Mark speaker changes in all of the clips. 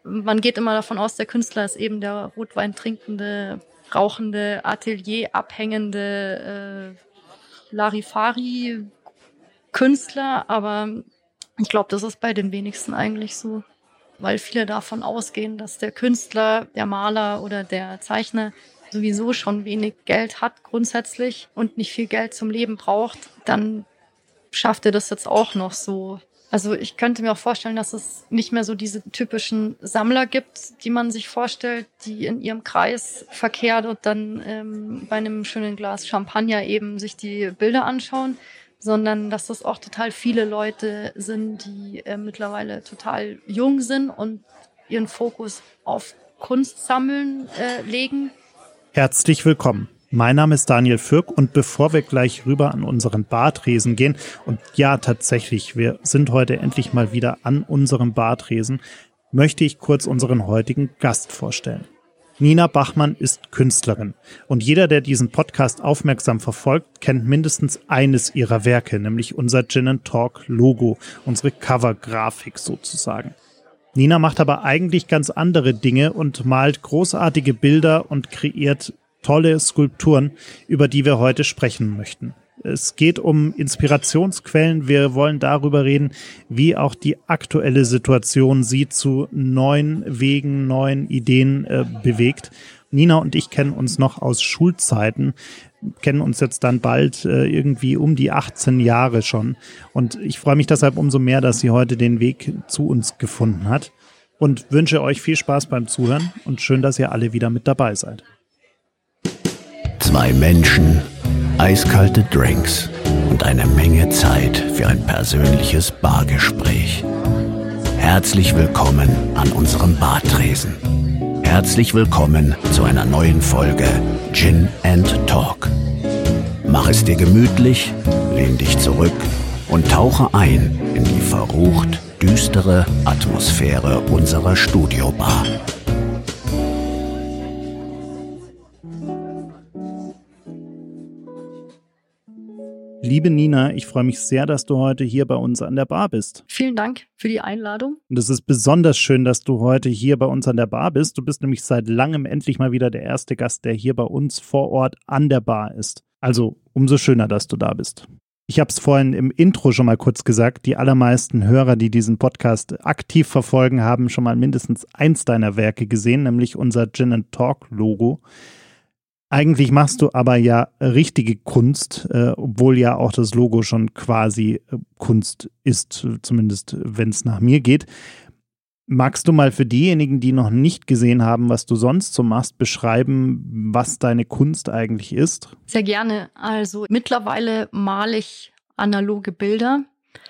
Speaker 1: Man geht immer davon aus, der Künstler ist eben der Rotwein trinkende, rauchende, Atelier abhängende Larifari-Künstler, aber ich glaube, das ist bei den wenigsten eigentlich so, weil viele davon ausgehen, dass der Künstler, der Maler oder der Zeichner sowieso schon wenig Geld hat grundsätzlich und nicht viel Geld zum Leben braucht, dann schafft er das jetzt auch noch so. Also ich könnte mir auch vorstellen, dass es nicht mehr so diese typischen Sammler gibt, die man sich vorstellt, die in ihrem Kreis verkehrt und dann bei einem schönen Glas Champagner eben sich die Bilder anschauen, sondern dass das auch total viele Leute sind, die mittlerweile total jung sind und ihren Fokus auf Kunstsammeln legen.
Speaker 2: Herzlich willkommen. Mein Name ist Daniel Fürk und bevor wir gleich rüber an unseren Bartresen gehen, und ja, tatsächlich, wir sind heute endlich mal wieder an unserem Bartresen, möchte ich kurz unseren heutigen Gast vorstellen. Nina Bachmann ist Künstlerin und jeder, der diesen Podcast aufmerksam verfolgt, kennt mindestens eines ihrer Werke, nämlich unser Gin & Talk Logo, unsere Cover-Grafik sozusagen. Nina macht aber eigentlich ganz andere Dinge und malt großartige Bilder und kreiert tolle Skulpturen, über die wir heute sprechen möchten. Es geht um Inspirationsquellen. Wir wollen darüber reden, wie auch die aktuelle Situation sie zu neuen Wegen, neuen Ideen bewegt. Nina und ich kennen uns noch aus Schulzeiten, kennen uns jetzt dann bald irgendwie um die 18 Jahre schon. Und ich freue mich deshalb umso mehr, dass sie heute den Weg zu uns gefunden hat. Und wünsche euch viel Spaß beim Zuhören und schön, dass ihr alle wieder mit dabei seid.
Speaker 3: Zwei Menschen, eiskalte Drinks und eine Menge Zeit für ein persönliches Bargespräch. Herzlich willkommen an unserem Bartresen. Herzlich willkommen zu einer neuen Folge Gin & Talk. Mach es dir gemütlich, lehn dich zurück und tauche ein in die verrucht düstere Atmosphäre unserer Studiobar.
Speaker 2: Liebe Nina, ich freue mich sehr, dass du heute hier bei uns an der Bar bist.
Speaker 1: Vielen Dank für die Einladung.
Speaker 2: Und es ist besonders schön, dass du heute hier bei uns an der Bar bist. Du bist nämlich seit langem endlich mal wieder der erste Gast, der hier bei uns vor Ort an der Bar ist. Also umso schöner, dass du da bist. Ich habe es vorhin im Intro schon mal kurz gesagt, die allermeisten Hörer, die diesen Podcast aktiv verfolgen, haben schon mal mindestens eins deiner Werke gesehen, nämlich unser Gin & Talk Logo. Eigentlich machst du aber ja richtige Kunst, obwohl ja auch das Logo schon quasi Kunst ist, zumindest wenn es nach mir geht. Magst du mal für diejenigen, die noch nicht gesehen haben, was du sonst so machst, beschreiben, was deine Kunst eigentlich ist?
Speaker 1: Sehr gerne. Also mittlerweile male ich analoge Bilder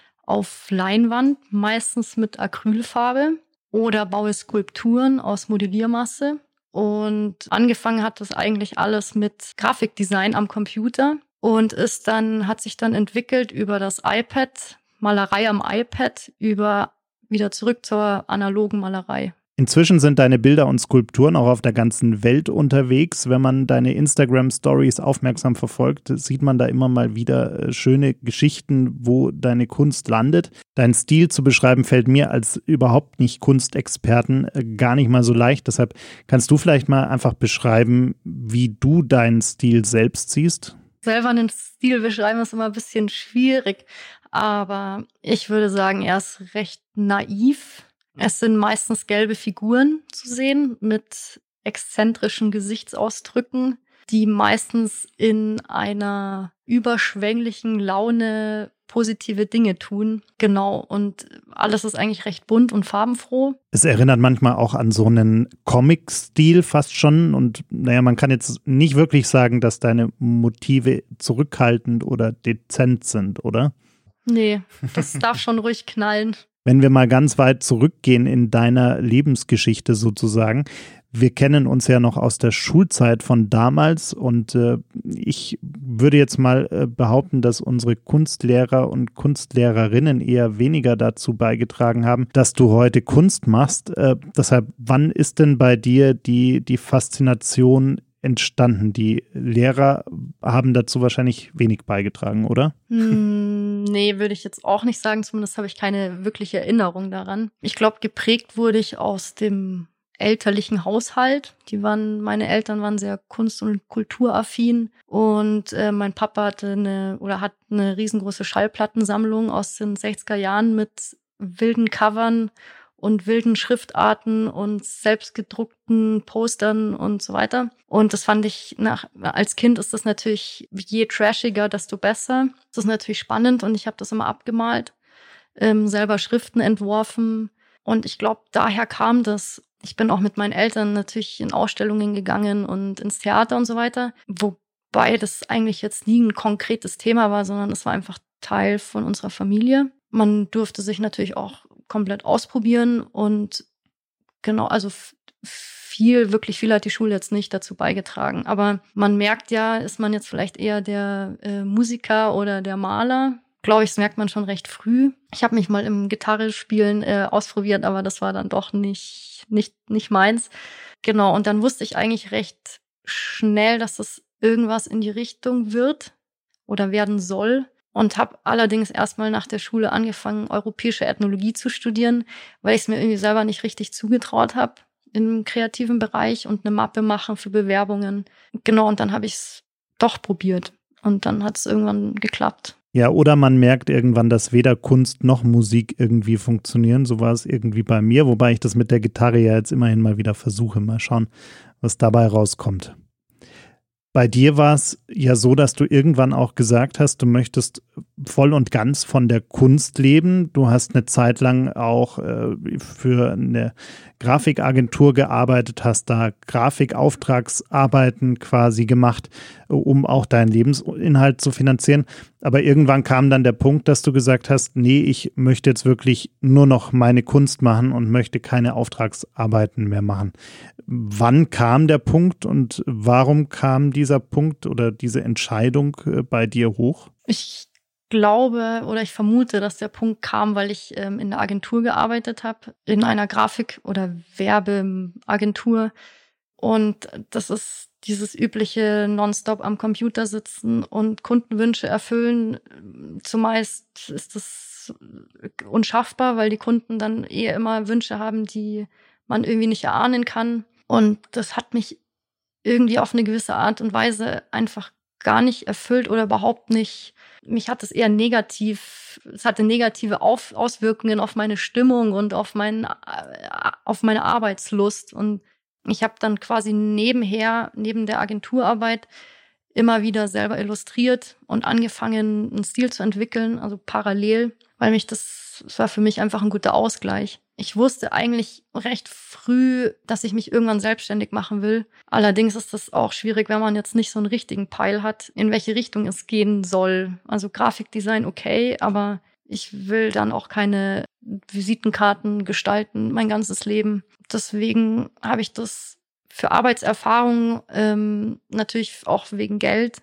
Speaker 1: auf Leinwand, meistens mit Acrylfarbe, oder baue Skulpturen aus Modelliermasse. Und angefangen hat das eigentlich alles mit Grafikdesign am Computer und hat sich dann entwickelt über das iPad, Malerei am iPad, wieder zurück zur analogen Malerei.
Speaker 2: Inzwischen sind deine Bilder und Skulpturen auch auf der ganzen Welt unterwegs. Wenn man deine Instagram-Stories aufmerksam verfolgt, sieht man da immer mal wieder schöne Geschichten, wo deine Kunst landet. Dein Stil zu beschreiben fällt mir als überhaupt nicht Kunstexperten gar nicht mal so leicht. Deshalb kannst du vielleicht mal einfach beschreiben, wie du deinen Stil selbst siehst?
Speaker 1: Selber einen Stil beschreiben ist immer ein bisschen schwierig, aber ich würde sagen, er ist recht naiv. Es sind meistens gelbe Figuren zu sehen mit exzentrischen Gesichtsausdrücken, die meistens in einer überschwänglichen Laune positive Dinge tun. Genau, und alles ist eigentlich recht bunt und farbenfroh.
Speaker 2: Es erinnert manchmal auch an so einen Comic-Stil fast schon. Und naja, man kann jetzt nicht wirklich sagen, dass deine Motive zurückhaltend oder dezent sind, oder?
Speaker 1: Nee, das darf schon ruhig knallen.
Speaker 2: Wenn wir mal ganz weit zurückgehen in deiner Lebensgeschichte sozusagen, wir kennen uns ja noch aus der Schulzeit von damals und ich würde jetzt mal behaupten, dass unsere Kunstlehrer und Kunstlehrerinnen eher weniger dazu beigetragen haben, dass du heute Kunst machst. Deshalb, wann ist denn bei dir die Faszination entstanden? Die Lehrer haben dazu wahrscheinlich wenig beigetragen, oder?
Speaker 1: Nee, würde ich jetzt auch nicht sagen. Zumindest habe ich keine wirkliche Erinnerung daran. Ich glaube, geprägt wurde ich aus dem elterlichen Haushalt. Meine Eltern waren sehr kunst- und kulturaffin und mein Papa hat eine riesengroße Schallplattensammlung aus den 60er Jahren mit wilden Covern und wilden Schriftarten und selbstgedruckten Postern und so weiter. Und das fand ich, als Kind ist das natürlich, je trashiger, desto besser. Das ist natürlich spannend und ich habe das immer abgemalt, selber Schriften entworfen. Und ich glaube, daher kam das. Ich bin auch mit meinen Eltern natürlich in Ausstellungen gegangen und ins Theater und so weiter. Wobei das eigentlich jetzt nie ein konkretes Thema war, sondern es war einfach Teil von unserer Familie. Man durfte sich natürlich auch komplett ausprobieren und genau, also wirklich viel hat die Schule jetzt nicht dazu beigetragen. Aber man merkt ja, ist man jetzt vielleicht eher der Musiker oder der Maler? Glaube ich, das merkt man schon recht früh. Ich habe mich mal im Gitarrespielen ausprobiert, aber das war dann doch nicht meins. Genau, und dann wusste ich eigentlich recht schnell, dass das irgendwas in die Richtung wird oder werden soll. Und habe allerdings erstmal nach der Schule angefangen, europäische Ethnologie zu studieren, weil ich es mir irgendwie selber nicht richtig zugetraut habe im kreativen Bereich und eine Mappe machen für Bewerbungen. Genau, und dann habe ich es doch probiert. Und dann hat es irgendwann geklappt.
Speaker 2: Ja, oder man merkt irgendwann, dass weder Kunst noch Musik irgendwie funktionieren. So war es irgendwie bei mir, wobei ich das mit der Gitarre ja jetzt immerhin mal wieder versuche. Mal schauen, was dabei rauskommt. Bei dir war es ja so, dass du irgendwann auch gesagt hast, du möchtest voll und ganz von der Kunst leben. Du hast eine Zeit lang auch für eine Grafikagentur gearbeitet, hast da Grafikauftragsarbeiten quasi gemacht, um auch deinen Lebensinhalt zu finanzieren. Aber irgendwann kam dann der Punkt, dass du gesagt hast, nee, ich möchte jetzt wirklich nur noch meine Kunst machen und möchte keine Auftragsarbeiten mehr machen. Wann kam der Punkt und warum kam dieser Punkt oder diese Entscheidung bei dir hoch?
Speaker 1: Ich glaube oder ich vermute, dass der Punkt kam, weil ich in der Agentur gearbeitet habe, in einer Grafik- oder Werbeagentur. Und das ist dieses übliche nonstop am Computer sitzen und Kundenwünsche erfüllen. Zumeist ist das unschaffbar, weil die Kunden dann immer Wünsche haben, die man irgendwie nicht erahnen kann. Und das hat mich irgendwie auf eine gewisse Art und Weise einfach gar nicht erfüllt oder überhaupt nicht. Mich hat es eher es hatte negative Auswirkungen auf meine Stimmung und auf meine Arbeitslust. Und ich habe dann quasi neben der Agenturarbeit immer wieder selber illustriert und angefangen, einen Stil zu entwickeln, also parallel, weil das war für mich einfach ein guter Ausgleich. Ich wusste eigentlich recht früh, dass ich mich irgendwann selbstständig machen will. Allerdings ist das auch schwierig, wenn man jetzt nicht so einen richtigen Peil hat, in welche Richtung es gehen soll. Also Grafikdesign okay, aber ich will dann auch keine Visitenkarten gestalten, mein ganzes Leben. Deswegen habe ich das für Arbeitserfahrung, natürlich auch wegen Geld,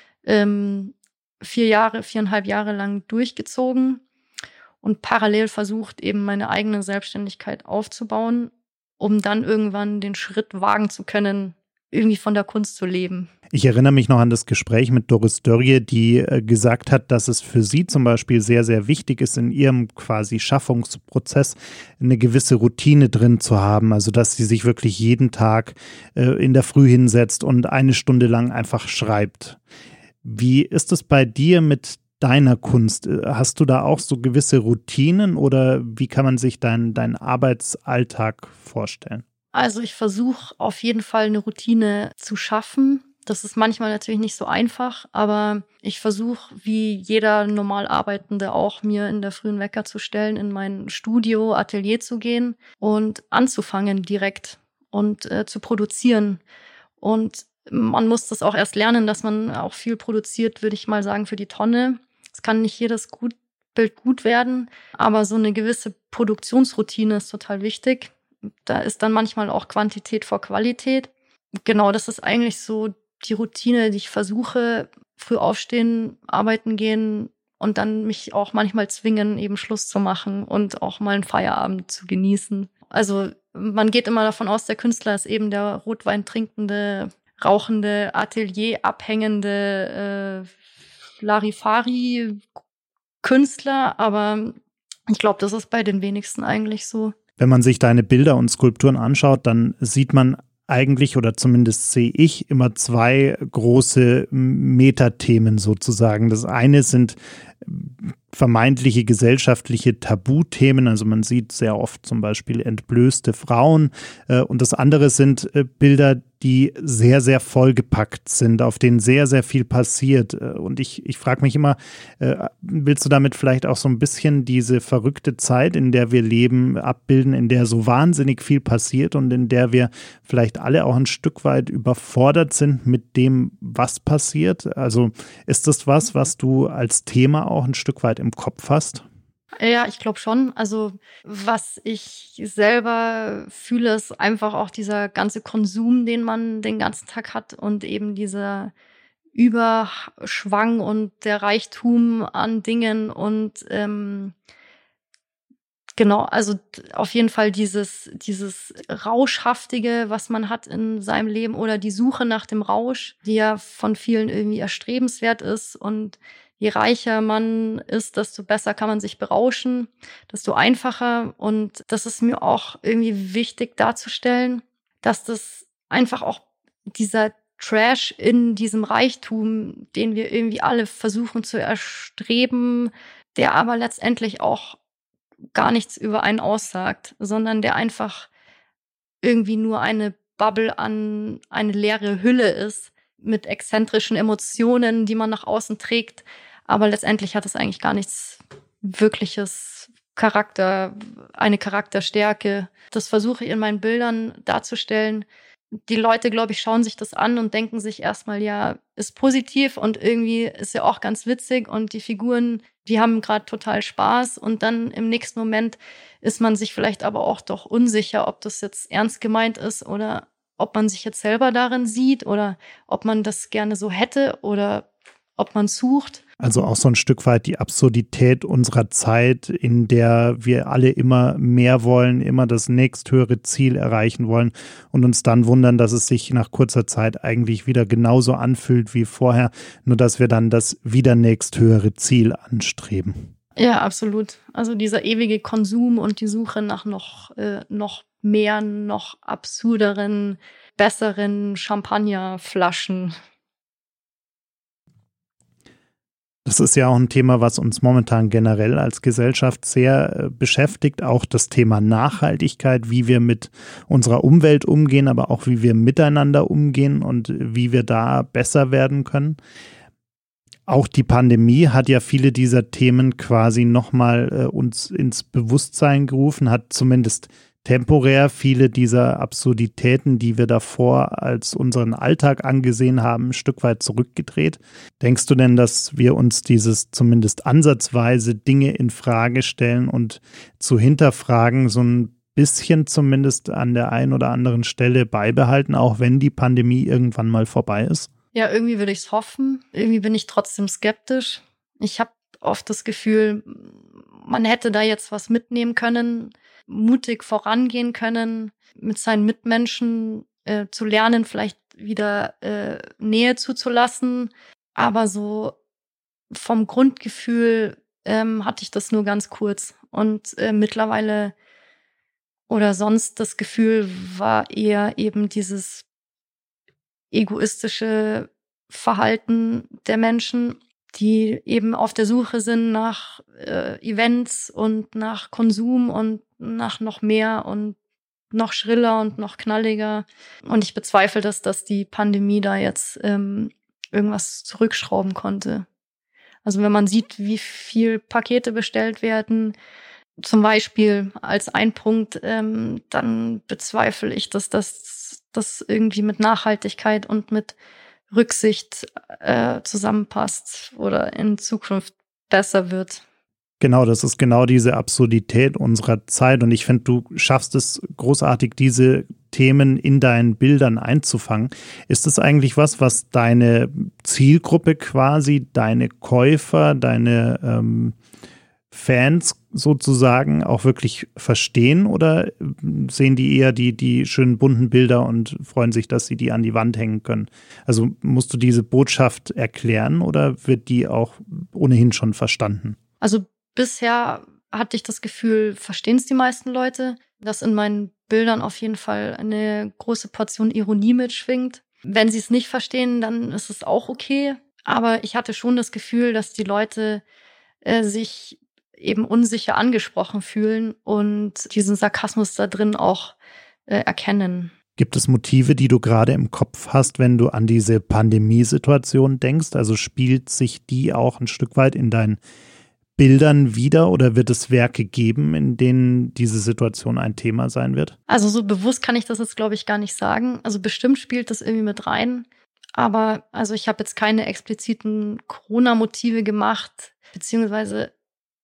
Speaker 1: 4,5 Jahre lang durchgezogen und parallel versucht, eben meine eigene Selbstständigkeit aufzubauen, um dann irgendwann den Schritt wagen zu können, irgendwie von der Kunst zu leben.
Speaker 2: Ich erinnere mich noch an das Gespräch mit Doris Dörrie, die gesagt hat, dass es für sie zum Beispiel sehr, sehr wichtig ist, in ihrem quasi Schaffungsprozess eine gewisse Routine drin zu haben. Also, dass sie sich wirklich jeden Tag in der Früh hinsetzt und 1 Stunde lang einfach schreibt. Wie ist es bei dir mit deiner Kunst? Hast du da auch so gewisse Routinen oder wie kann man sich deinen Arbeitsalltag vorstellen?
Speaker 1: Also ich versuche auf jeden Fall eine Routine zu schaffen. Das ist manchmal natürlich nicht so einfach, aber ich versuche, wie jeder normal Arbeitende auch, mir in der frühen Wecker zu stellen, in mein Studio, Atelier zu gehen und anzufangen direkt und zu produzieren. Und man muss das auch erst lernen, dass man auch viel produziert, würde ich mal sagen, für die Tonne. Es kann nicht jedes Bild gut werden, aber so eine gewisse Produktionsroutine ist total wichtig. Da ist dann manchmal auch Quantität vor Qualität. Genau, das ist eigentlich so die Routine, die ich versuche. Früh aufstehen, arbeiten gehen und dann mich auch manchmal zwingen, eben Schluss zu machen und auch mal einen Feierabend zu genießen. Also man geht immer davon aus, der Künstler ist eben der Rotwein trinkende rauchende, Atelier abhängende Larifari-Künstler, aber ich glaube, das ist bei den wenigsten eigentlich so.
Speaker 2: Wenn man sich deine Bilder und Skulpturen anschaut, dann sieht man eigentlich, oder zumindest sehe ich, immer zwei große Metathemen sozusagen. Das eine sind vermeintliche gesellschaftliche Tabuthemen, also man sieht sehr oft zum Beispiel entblößte Frauen, und das andere sind Bilder, die sehr, sehr vollgepackt sind, auf denen sehr, sehr viel passiert. Und ich frage mich immer, willst du damit vielleicht auch so ein bisschen diese verrückte Zeit, in der wir leben, abbilden, in der so wahnsinnig viel passiert und in der wir vielleicht alle auch ein Stück weit überfordert sind mit dem, was passiert? Also ist das was du als Thema auch ein Stück weit im Kopf hast?
Speaker 1: Ja, ich glaube schon. Also was ich selber fühle, ist einfach auch dieser ganze Konsum, den man den ganzen Tag hat und eben dieser Überschwang und der Reichtum an Dingen und genau, also auf jeden Fall dieses Rauschhaftige, was man hat in seinem Leben oder die Suche nach dem Rausch, die ja von vielen irgendwie erstrebenswert ist und je reicher man ist, desto besser kann man sich berauschen, desto einfacher. Und das ist mir auch irgendwie wichtig darzustellen, dass das einfach auch dieser Trash in diesem Reichtum, den wir irgendwie alle versuchen zu erstreben, der aber letztendlich auch gar nichts über einen aussagt, sondern der einfach irgendwie nur eine Bubble an eine leere Hülle ist mit exzentrischen Emotionen, die man nach außen trägt. Aber letztendlich hat es eigentlich gar nichts wirkliches eine Charakterstärke. Das versuche ich in meinen Bildern darzustellen. Die Leute, glaube ich, schauen sich das an und denken sich erstmal, ja, ist positiv und irgendwie ist ja auch ganz witzig und die Figuren, die haben gerade total Spaß und dann im nächsten Moment ist man sich vielleicht aber auch doch unsicher, ob das jetzt ernst gemeint ist oder ob man sich jetzt selber darin sieht oder ob man das gerne so hätte oder ob man sucht.
Speaker 2: Also auch so ein Stück weit die Absurdität unserer Zeit, in der wir alle immer mehr wollen, immer das nächsthöhere Ziel erreichen wollen und uns dann wundern, dass es sich nach kurzer Zeit eigentlich wieder genauso anfühlt wie vorher, nur dass wir dann das wieder nächsthöhere Ziel anstreben.
Speaker 1: Ja, absolut. Also dieser ewige Konsum und die Suche nach noch mehr, noch absurderen, besseren Champagnerflaschen.
Speaker 2: Das ist ja auch ein Thema, was uns momentan generell als Gesellschaft sehr beschäftigt. Auch das Thema Nachhaltigkeit, wie wir mit unserer Umwelt umgehen, aber auch wie wir miteinander umgehen und wie wir da besser werden können. Auch die Pandemie hat ja viele dieser Themen quasi nochmal uns ins Bewusstsein gerufen, hat zumindest temporär viele dieser Absurditäten, die wir davor als unseren Alltag angesehen haben, ein Stück weit zurückgedreht. Denkst du denn, dass wir uns dieses zumindest ansatzweise Dinge in Frage stellen und zu hinterfragen so ein bisschen zumindest an der einen oder anderen Stelle beibehalten, auch wenn die Pandemie irgendwann mal vorbei ist?
Speaker 1: Ja, irgendwie würde ich es hoffen. Irgendwie bin ich trotzdem skeptisch. Ich habe oft das Gefühl, man hätte da jetzt was mitnehmen können, mutig vorangehen können, mit seinen Mitmenschen zu lernen, vielleicht wieder Nähe zuzulassen. Aber so vom Grundgefühl hatte ich das nur ganz kurz. Und mittlerweile oder sonst das Gefühl war eher eben dieses egoistische Verhalten der Menschen, die eben auf der Suche sind nach Events und nach Konsum und nach noch mehr und noch schriller und noch knalliger. Und ich bezweifle, dass die Pandemie da jetzt irgendwas zurückschrauben konnte. Also wenn man sieht, wie viel Pakete bestellt werden, zum Beispiel als ein Punkt, dann bezweifle ich, dass das irgendwie mit Nachhaltigkeit und mit Rücksicht zusammenpasst oder in Zukunft besser wird.
Speaker 2: Genau, das ist genau diese Absurdität unserer Zeit und ich finde, du schaffst es großartig, diese Themen in deinen Bildern einzufangen. Ist das eigentlich was deine Zielgruppe quasi, deine Käufer, deine Fans sozusagen auch wirklich verstehen oder sehen die eher die schönen bunten Bilder und freuen sich, dass sie die an die Wand hängen können? Also musst du diese Botschaft erklären oder wird die auch ohnehin schon verstanden?
Speaker 1: Also bisher hatte ich das Gefühl, verstehen es die meisten Leute, dass in meinen Bildern auf jeden Fall eine große Portion Ironie mitschwingt. Wenn sie es nicht verstehen, dann ist es auch okay. Aber ich hatte schon das Gefühl, dass die Leute sich eben unsicher angesprochen fühlen und diesen Sarkasmus da drin auch erkennen.
Speaker 2: Gibt es Motive, die du gerade im Kopf hast, wenn du an diese Pandemiesituation denkst? Also spielt sich die auch ein Stück weit in deinen Bildern wieder oder wird es Werke geben, in denen diese Situation ein Thema sein wird?
Speaker 1: Also so bewusst kann ich das jetzt, glaube ich, gar nicht sagen. Also bestimmt spielt das irgendwie mit rein. Aber also ich habe jetzt keine expliziten Corona-Motive gemacht, beziehungsweise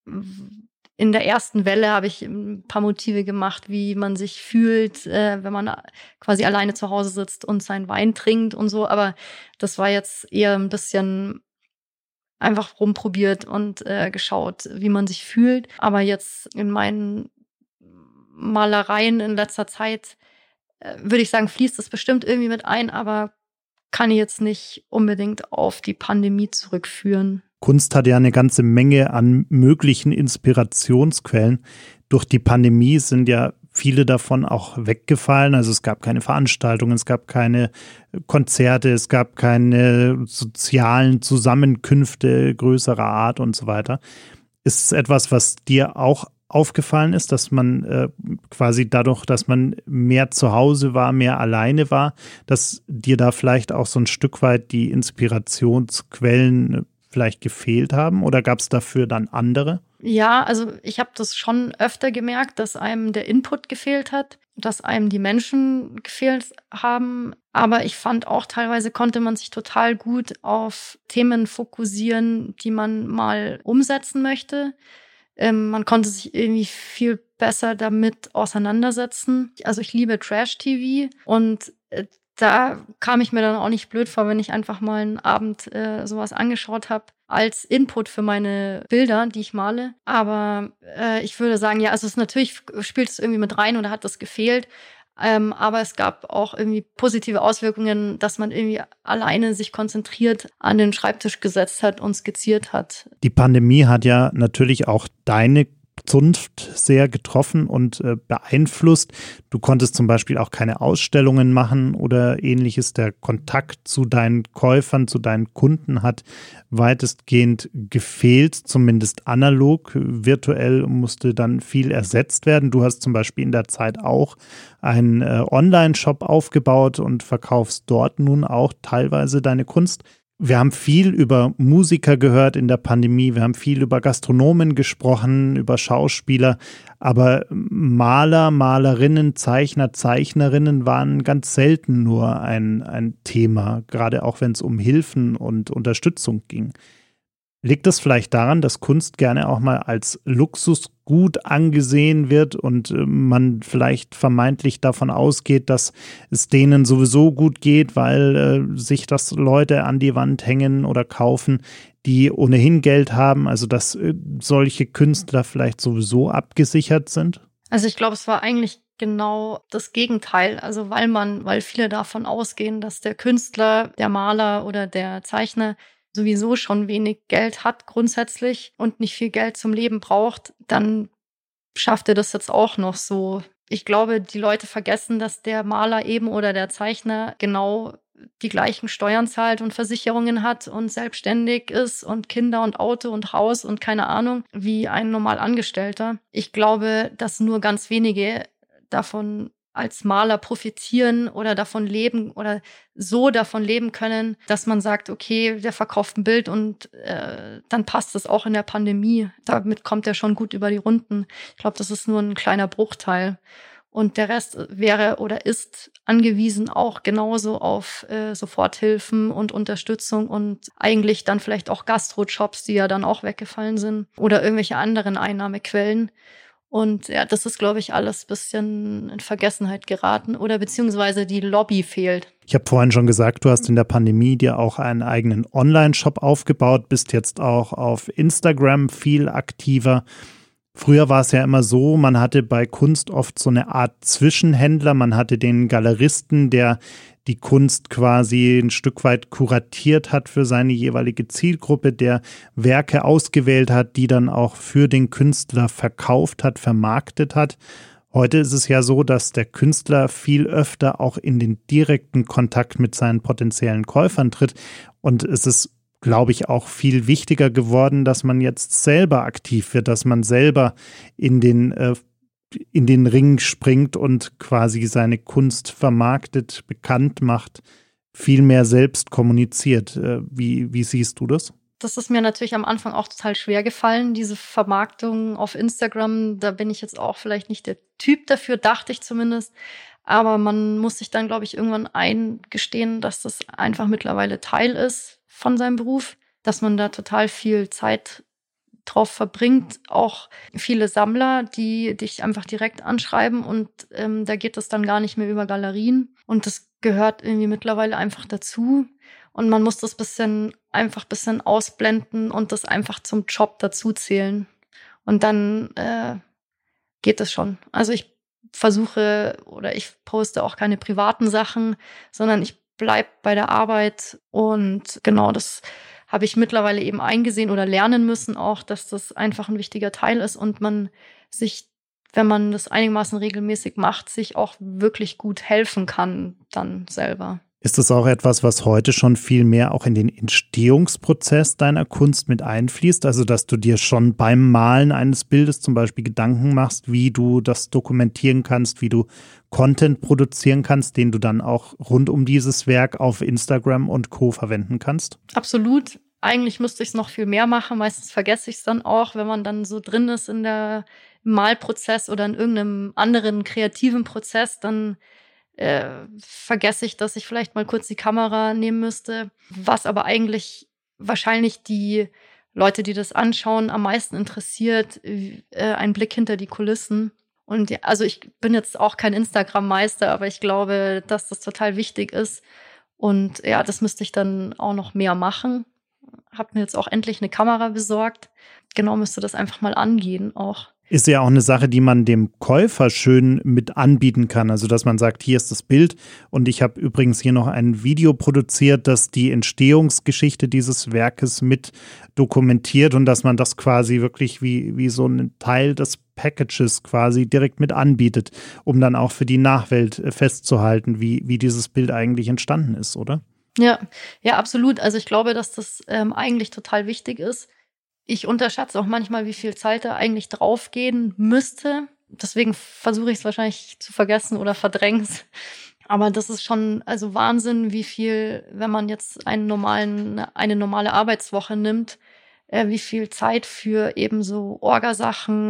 Speaker 1: in der ersten Welle habe ich ein paar Motive gemacht, wie man sich fühlt, wenn man quasi alleine zu Hause sitzt und seinen Wein trinkt und so. Aber das war jetzt eher ein bisschen einfach rumprobiert und geschaut, wie man sich fühlt. Aber jetzt in meinen Malereien in letzter Zeit würde ich sagen, fließt das bestimmt irgendwie mit ein, aber kann ich jetzt nicht unbedingt auf die Pandemie zurückführen.
Speaker 2: Kunst hat ja eine ganze Menge an möglichen Inspirationsquellen. Durch die Pandemie sind ja viele davon auch weggefallen. Also es gab keine Veranstaltungen, es gab keine Konzerte, es gab keine sozialen Zusammenkünfte größerer Art und so weiter. Ist es etwas, was dir auch aufgefallen ist, dass man quasi dadurch, dass man mehr zu Hause war, mehr alleine war, dass dir da vielleicht auch so ein Stück weit die Inspirationsquellen vielleicht gefehlt haben oder gab es dafür dann andere?
Speaker 1: Ja, also ich habe das schon öfter gemerkt, dass einem der Input gefehlt hat, dass einem die Menschen gefehlt haben. Aber ich fand auch, teilweise konnte man sich total gut auf Themen fokussieren, die man mal umsetzen möchte. Man konnte sich irgendwie viel besser damit auseinandersetzen. Also ich liebe Trash-TV und da kam ich mir dann auch nicht blöd vor, wenn ich einfach mal einen Abend sowas angeschaut habe, als Input für meine Bilder, die ich male. Aber ich würde sagen, ja, also natürlich spielt es irgendwie mit rein oder hat das gefehlt. Aber es gab auch irgendwie positive Auswirkungen, dass man irgendwie alleine sich konzentriert an den Schreibtisch gesetzt hat und skizziert hat.
Speaker 2: Die Pandemie hat ja natürlich auch deine Zunft sehr getroffen und beeinflusst. Du konntest zum Beispiel auch keine Ausstellungen machen oder ähnliches. Der Kontakt zu deinen Käufern, zu deinen Kunden hat weitestgehend gefehlt, zumindest analog. Virtuell musste dann viel ersetzt werden. Du hast zum Beispiel in der Zeit auch einen Online-Shop aufgebaut und verkaufst dort nun auch teilweise deine Kunst. Wir haben viel über Musiker gehört in der Pandemie, wir haben viel über Gastronomen gesprochen, über Schauspieler, aber Maler, Malerinnen, Zeichner, Zeichnerinnen waren ganz selten nur ein Thema, gerade auch wenn es um Hilfen und Unterstützung ging. Liegt das vielleicht daran, dass Kunst gerne auch mal als Luxusgut angesehen wird und man vielleicht vermeintlich davon ausgeht, dass es denen sowieso gut geht, weil sich das Leute an die Wand hängen oder kaufen, die ohnehin Geld haben, also dass solche Künstler vielleicht sowieso abgesichert sind?
Speaker 1: Also ich glaube, es war eigentlich genau das Gegenteil. Also weil viele davon ausgehen, dass der Künstler, der Maler oder der Zeichner sowieso schon wenig Geld hat grundsätzlich und nicht viel Geld zum Leben braucht, dann schafft er das jetzt auch noch so. Ich glaube, die Leute vergessen, dass der Maler eben oder der Zeichner genau die gleichen Steuern zahlt und Versicherungen hat und selbstständig ist und Kinder und Auto und Haus und keine Ahnung, wie ein normal Angestellter. Ich glaube, dass nur ganz wenige davon als Maler profitieren oder davon leben oder so davon leben können, dass man sagt, okay, der verkauft ein Bild und dann passt es auch in der Pandemie. Damit kommt er schon gut über die Runden. Ich glaube, das ist nur ein kleiner Bruchteil. Und der Rest wäre oder ist angewiesen auch genauso auf Soforthilfen und Unterstützung und eigentlich dann vielleicht auch Gastrojobs, die ja dann auch weggefallen sind oder irgendwelche anderen Einnahmequellen. Und ja, das ist, glaube ich, alles ein bisschen in Vergessenheit geraten oder beziehungsweise die Lobby fehlt.
Speaker 2: Ich habe vorhin schon gesagt, du hast in der Pandemie dir auch einen eigenen Online-Shop aufgebaut, bist jetzt auch auf Instagram viel aktiver. Früher war es ja immer so, man hatte bei Kunst oft so eine Art Zwischenhändler, man hatte den Galeristen, der die Kunst quasi ein Stück weit kuratiert hat für seine jeweilige Zielgruppe, der Werke ausgewählt hat, die dann auch für den Künstler verkauft hat, vermarktet hat. Heute ist es ja so, dass der Künstler viel öfter auch in den direkten Kontakt mit seinen potenziellen Käufern tritt. Und es ist, glaube ich, auch viel wichtiger geworden, dass man jetzt selber aktiv wird, dass man selber in den Ring springt und quasi seine Kunst vermarktet, bekannt macht, viel mehr selbst kommuniziert. Wie siehst du das?
Speaker 1: Das ist mir natürlich am Anfang auch total schwer gefallen, diese Vermarktung auf Instagram. Da bin ich jetzt auch vielleicht nicht der Typ dafür, dachte ich zumindest. Aber man muss sich dann, glaube ich, irgendwann eingestehen, dass das einfach mittlerweile Teil ist von seinem Beruf, dass man da total viel Zeit drauf verbringt. Auch viele Sammler, die dich einfach direkt anschreiben und da geht es dann gar nicht mehr über Galerien. Und das gehört irgendwie mittlerweile einfach dazu. Und man muss das einfach ein bisschen ausblenden und das einfach zum Job dazu zählen. Und dann geht es schon. Also ich poste auch keine privaten Sachen, sondern ich bleibe bei der Arbeit. Und genau, das habe ich mittlerweile eben eingesehen oder lernen müssen auch, dass das einfach ein wichtiger Teil ist und man sich, wenn man das einigermaßen regelmäßig macht, sich auch wirklich gut helfen kann dann selber.
Speaker 2: Ist das auch etwas, was heute schon viel mehr auch in den Entstehungsprozess deiner Kunst mit einfließt? Also, dass du dir schon beim Malen eines Bildes zum Beispiel Gedanken machst, wie du das dokumentieren kannst, wie du Content produzieren kannst, den du dann auch rund um dieses Werk auf Instagram und Co. verwenden kannst?
Speaker 1: Absolut. Eigentlich müsste ich es noch viel mehr machen. Meistens vergesse ich es dann auch, wenn man dann so drin ist im Malprozess oder in irgendeinem anderen kreativen Prozess, dann vergesse ich, dass ich vielleicht mal kurz die Kamera nehmen müsste. Was aber eigentlich wahrscheinlich die Leute, die das anschauen, am meisten interessiert, ein Blick hinter die Kulissen. Und ja, also ich bin jetzt auch kein Instagram-Meister, aber ich glaube, dass das total wichtig ist. Und ja, das müsste ich dann auch noch mehr machen. Hab mir jetzt auch endlich eine Kamera besorgt. Genau, müsste das einfach mal angehen auch.
Speaker 2: Ist ja auch eine Sache, die man dem Käufer schön mit anbieten kann. Also, dass man sagt, hier ist das Bild und ich habe übrigens hier noch ein Video produziert, das die Entstehungsgeschichte dieses Werkes mit dokumentiert und dass man das quasi wirklich wie so ein Teil des Packages quasi direkt mit anbietet, um dann auch für die Nachwelt festzuhalten, wie dieses Bild eigentlich entstanden ist, oder?
Speaker 1: Ja, absolut. Also ich glaube, dass das eigentlich total wichtig ist. Ich unterschätze auch manchmal, wie viel Zeit da eigentlich draufgehen müsste. Deswegen versuche ich es wahrscheinlich zu vergessen oder verdränge es. Aber das ist schon also Wahnsinn, wie viel, wenn man jetzt eine normale Arbeitswoche nimmt, wie viel Zeit für eben so Orgasachen,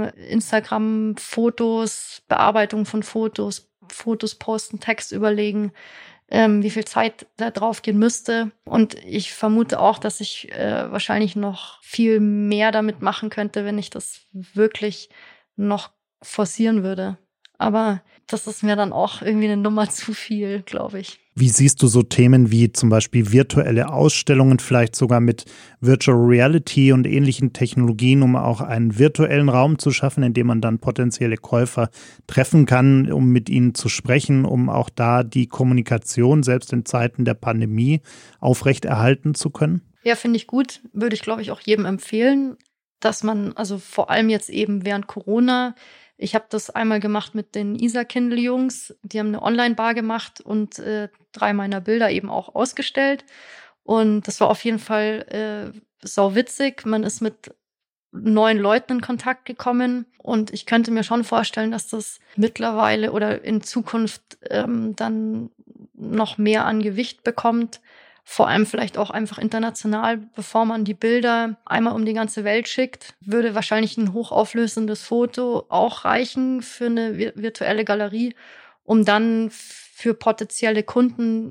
Speaker 1: Instagram-Fotos, Bearbeitung von Fotos posten, Text überlegen, wie viel Zeit da drauf gehen müsste. Und ich vermute auch, dass ich wahrscheinlich noch viel mehr damit machen könnte, wenn ich das wirklich noch forcieren würde. Aber das ist mir dann auch irgendwie eine Nummer zu viel, glaube ich.
Speaker 2: Wie siehst du so Themen wie zum Beispiel virtuelle Ausstellungen, vielleicht sogar mit Virtual Reality und ähnlichen Technologien, um auch einen virtuellen Raum zu schaffen, in dem man dann potenzielle Käufer treffen kann, um mit ihnen zu sprechen, um auch da die Kommunikation selbst in Zeiten der Pandemie aufrechterhalten zu können?
Speaker 1: Ja, finde ich gut. Würde ich, glaube ich, auch jedem empfehlen, dass man, also vor allem jetzt eben während Corona, ich habe das einmal gemacht mit den Isar-Kindle-Jungs. Die haben eine Online-Bar gemacht und 3 meiner Bilder eben auch ausgestellt. Und das war auf jeden Fall sau witzig. Man ist mit neuen Leuten in Kontakt gekommen. Und ich könnte mir schon vorstellen, dass das mittlerweile oder in Zukunft dann noch mehr an Gewicht bekommt. Vor allem vielleicht auch einfach international, bevor man die Bilder einmal um die ganze Welt schickt, würde wahrscheinlich ein hochauflösendes Foto auch reichen für eine virtuelle Galerie, um dann für potenzielle Kunden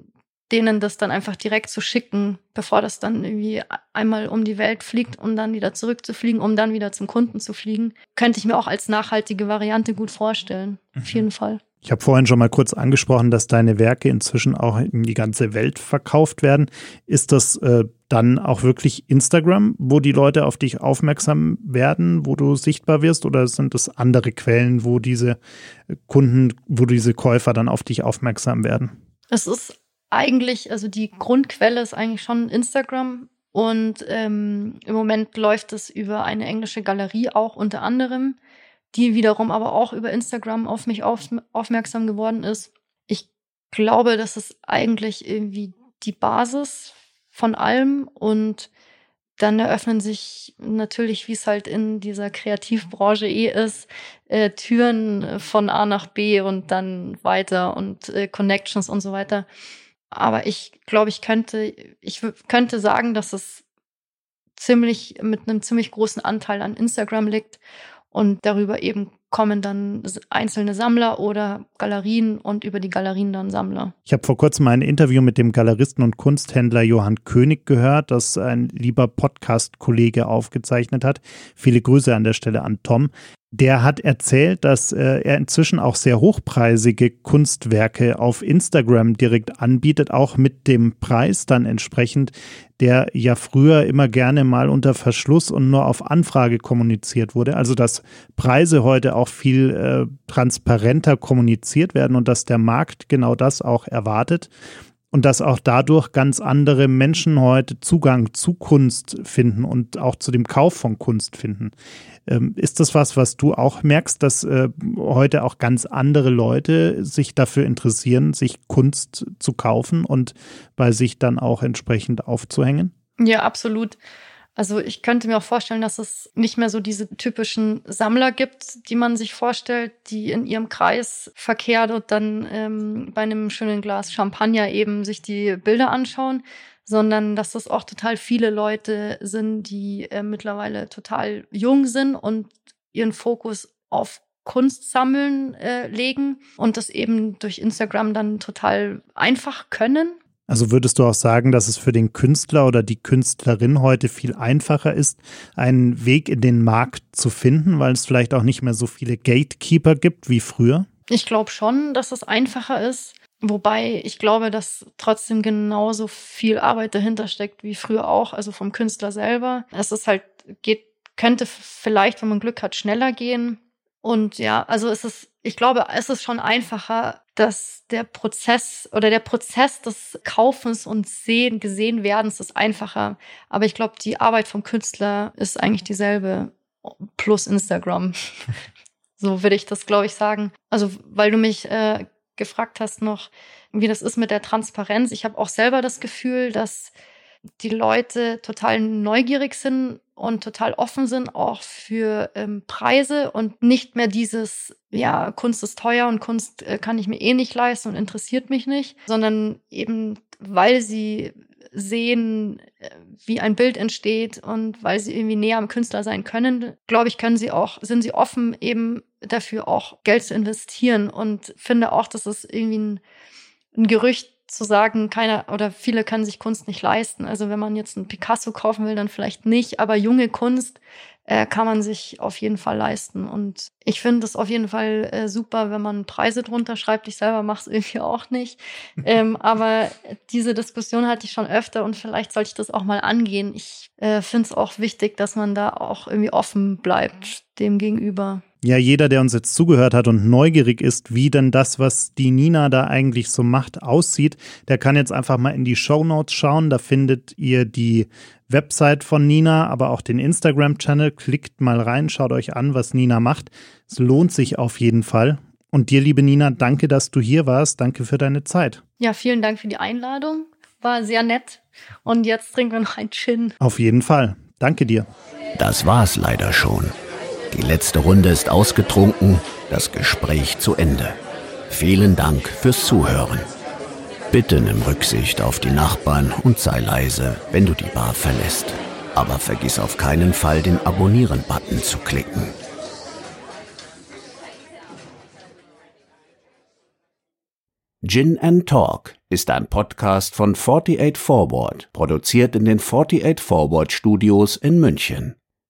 Speaker 1: denen das dann einfach direkt zu schicken, bevor das dann irgendwie einmal um die Welt fliegt, um dann wieder zurückzufliegen, um dann wieder zum Kunden zu fliegen, könnte ich mir auch als nachhaltige Variante gut vorstellen. Auf jeden Fall.
Speaker 2: Ich habe vorhin schon mal kurz angesprochen, dass deine Werke inzwischen auch in die ganze Welt verkauft werden. Ist das dann auch wirklich Instagram, wo die Leute auf dich aufmerksam werden, wo du sichtbar wirst, oder sind das andere Quellen, wo diese Kunden, wo diese Käufer dann auf dich aufmerksam werden?
Speaker 1: Es ist eigentlich, also die Grundquelle ist eigentlich schon Instagram und im Moment läuft es über eine englische Galerie auch unter anderem, die wiederum aber auch über Instagram auf mich aufmerksam geworden ist. Ich glaube, das ist eigentlich irgendwie die Basis von allem und dann eröffnen sich natürlich, wie es halt in dieser Kreativbranche ist, Türen von A nach B und dann weiter und Connections und so weiter. Aber ich glaube, ich könnte sagen, dass es mit einem ziemlich großen Anteil an Instagram liegt und darüber eben kommen dann einzelne Sammler oder Galerien und über die Galerien dann Sammler.
Speaker 2: Ich habe vor kurzem ein Interview mit dem Galeristen und Kunsthändler Johann König gehört, das ein lieber Podcast-Kollege aufgezeichnet hat. Viele Grüße an der Stelle an Tom. Der hat erzählt, dass er inzwischen auch sehr hochpreisige Kunstwerke auf Instagram direkt anbietet, auch mit dem Preis dann entsprechend, der ja früher immer gerne mal unter Verschluss und nur auf Anfrage kommuniziert wurde. Also dass Preise heute auch viel transparenter kommuniziert werden und dass der Markt genau das auch erwartet. Und dass auch dadurch ganz andere Menschen heute Zugang zu Kunst finden und auch zu dem Kauf von Kunst finden. Ist das was du auch merkst, dass heute auch ganz andere Leute sich dafür interessieren, sich Kunst zu kaufen und bei sich dann auch entsprechend aufzuhängen?
Speaker 1: Ja, absolut. Also ich könnte mir auch vorstellen, dass es nicht mehr so diese typischen Sammler gibt, die man sich vorstellt, die in ihrem Kreis verkehrt und dann bei einem schönen Glas Champagner eben sich die Bilder anschauen, sondern dass das auch total viele Leute sind, die mittlerweile total jung sind und ihren Fokus auf Kunst sammeln legen und das eben durch Instagram dann total einfach können.
Speaker 2: Also würdest du auch sagen, dass es für den Künstler oder die Künstlerin heute viel einfacher ist, einen Weg in den Markt zu finden, weil es vielleicht auch nicht mehr so viele Gatekeeper gibt wie früher?
Speaker 1: Ich glaube schon, dass es einfacher ist. Wobei ich glaube, dass trotzdem genauso viel Arbeit dahinter steckt wie früher auch, also vom Künstler selber. Es ist halt, könnte vielleicht, wenn man Glück hat, schneller gehen. Und ja, also ich glaube, es ist schon einfacher, dass der Prozess des Kaufens und gesehen werdens ist einfacher. Aber ich glaube, die Arbeit vom Künstler ist eigentlich dieselbe plus Instagram. So würde ich das, glaube ich, sagen. Also, weil du mich gefragt hast noch, wie das ist mit der Transparenz. Ich habe auch selber das Gefühl, dass die Leute total neugierig sind und total offen sind auch für Preise und nicht mehr dieses, ja, Kunst ist teuer und Kunst kann ich mir eh nicht leisten und interessiert mich nicht, sondern eben, weil sie sehen, wie ein Bild entsteht und weil sie irgendwie näher am Künstler sein können, glaube ich, sind sie offen eben dafür auch Geld zu investieren und finde auch, dass es irgendwie ein Gerücht zu sagen, keiner oder viele können sich Kunst nicht leisten. Also wenn man jetzt einen Picasso kaufen will, dann vielleicht nicht, aber junge Kunst kann man sich auf jeden Fall leisten. Und ich finde es auf jeden Fall super, wenn man Preise drunter schreibt. Ich selber mache es irgendwie auch nicht. Aber diese Diskussion hatte ich schon öfter und vielleicht sollte ich das auch mal angehen. Ich finde es auch wichtig, dass man da auch irgendwie offen bleibt dem gegenüber.
Speaker 2: Ja, jeder, der uns jetzt zugehört hat und neugierig ist, wie denn das, was die Nina da eigentlich so macht, aussieht, der kann jetzt einfach mal in die Shownotes schauen. Da findet ihr die Website von Nina, aber auch den Instagram-Channel. Klickt mal rein, schaut euch an, was Nina macht. Es lohnt sich auf jeden Fall. Und dir, liebe Nina, danke, dass du hier warst. Danke für deine Zeit.
Speaker 1: Ja, vielen Dank für die Einladung. War sehr nett. Und jetzt trinken wir noch ein Gin.
Speaker 2: Auf jeden Fall. Danke dir.
Speaker 3: Das war's leider schon. Die letzte Runde ist ausgetrunken, das Gespräch zu Ende. Vielen Dank fürs Zuhören. Bitte nimm Rücksicht auf die Nachbarn und sei leise, wenn du die Bar verlässt. Aber vergiss auf keinen Fall, den Abonnieren-Button zu klicken. Gin and Talk, ist ein Podcast von 48 Forward, produziert in den 48 Forward Studios in München.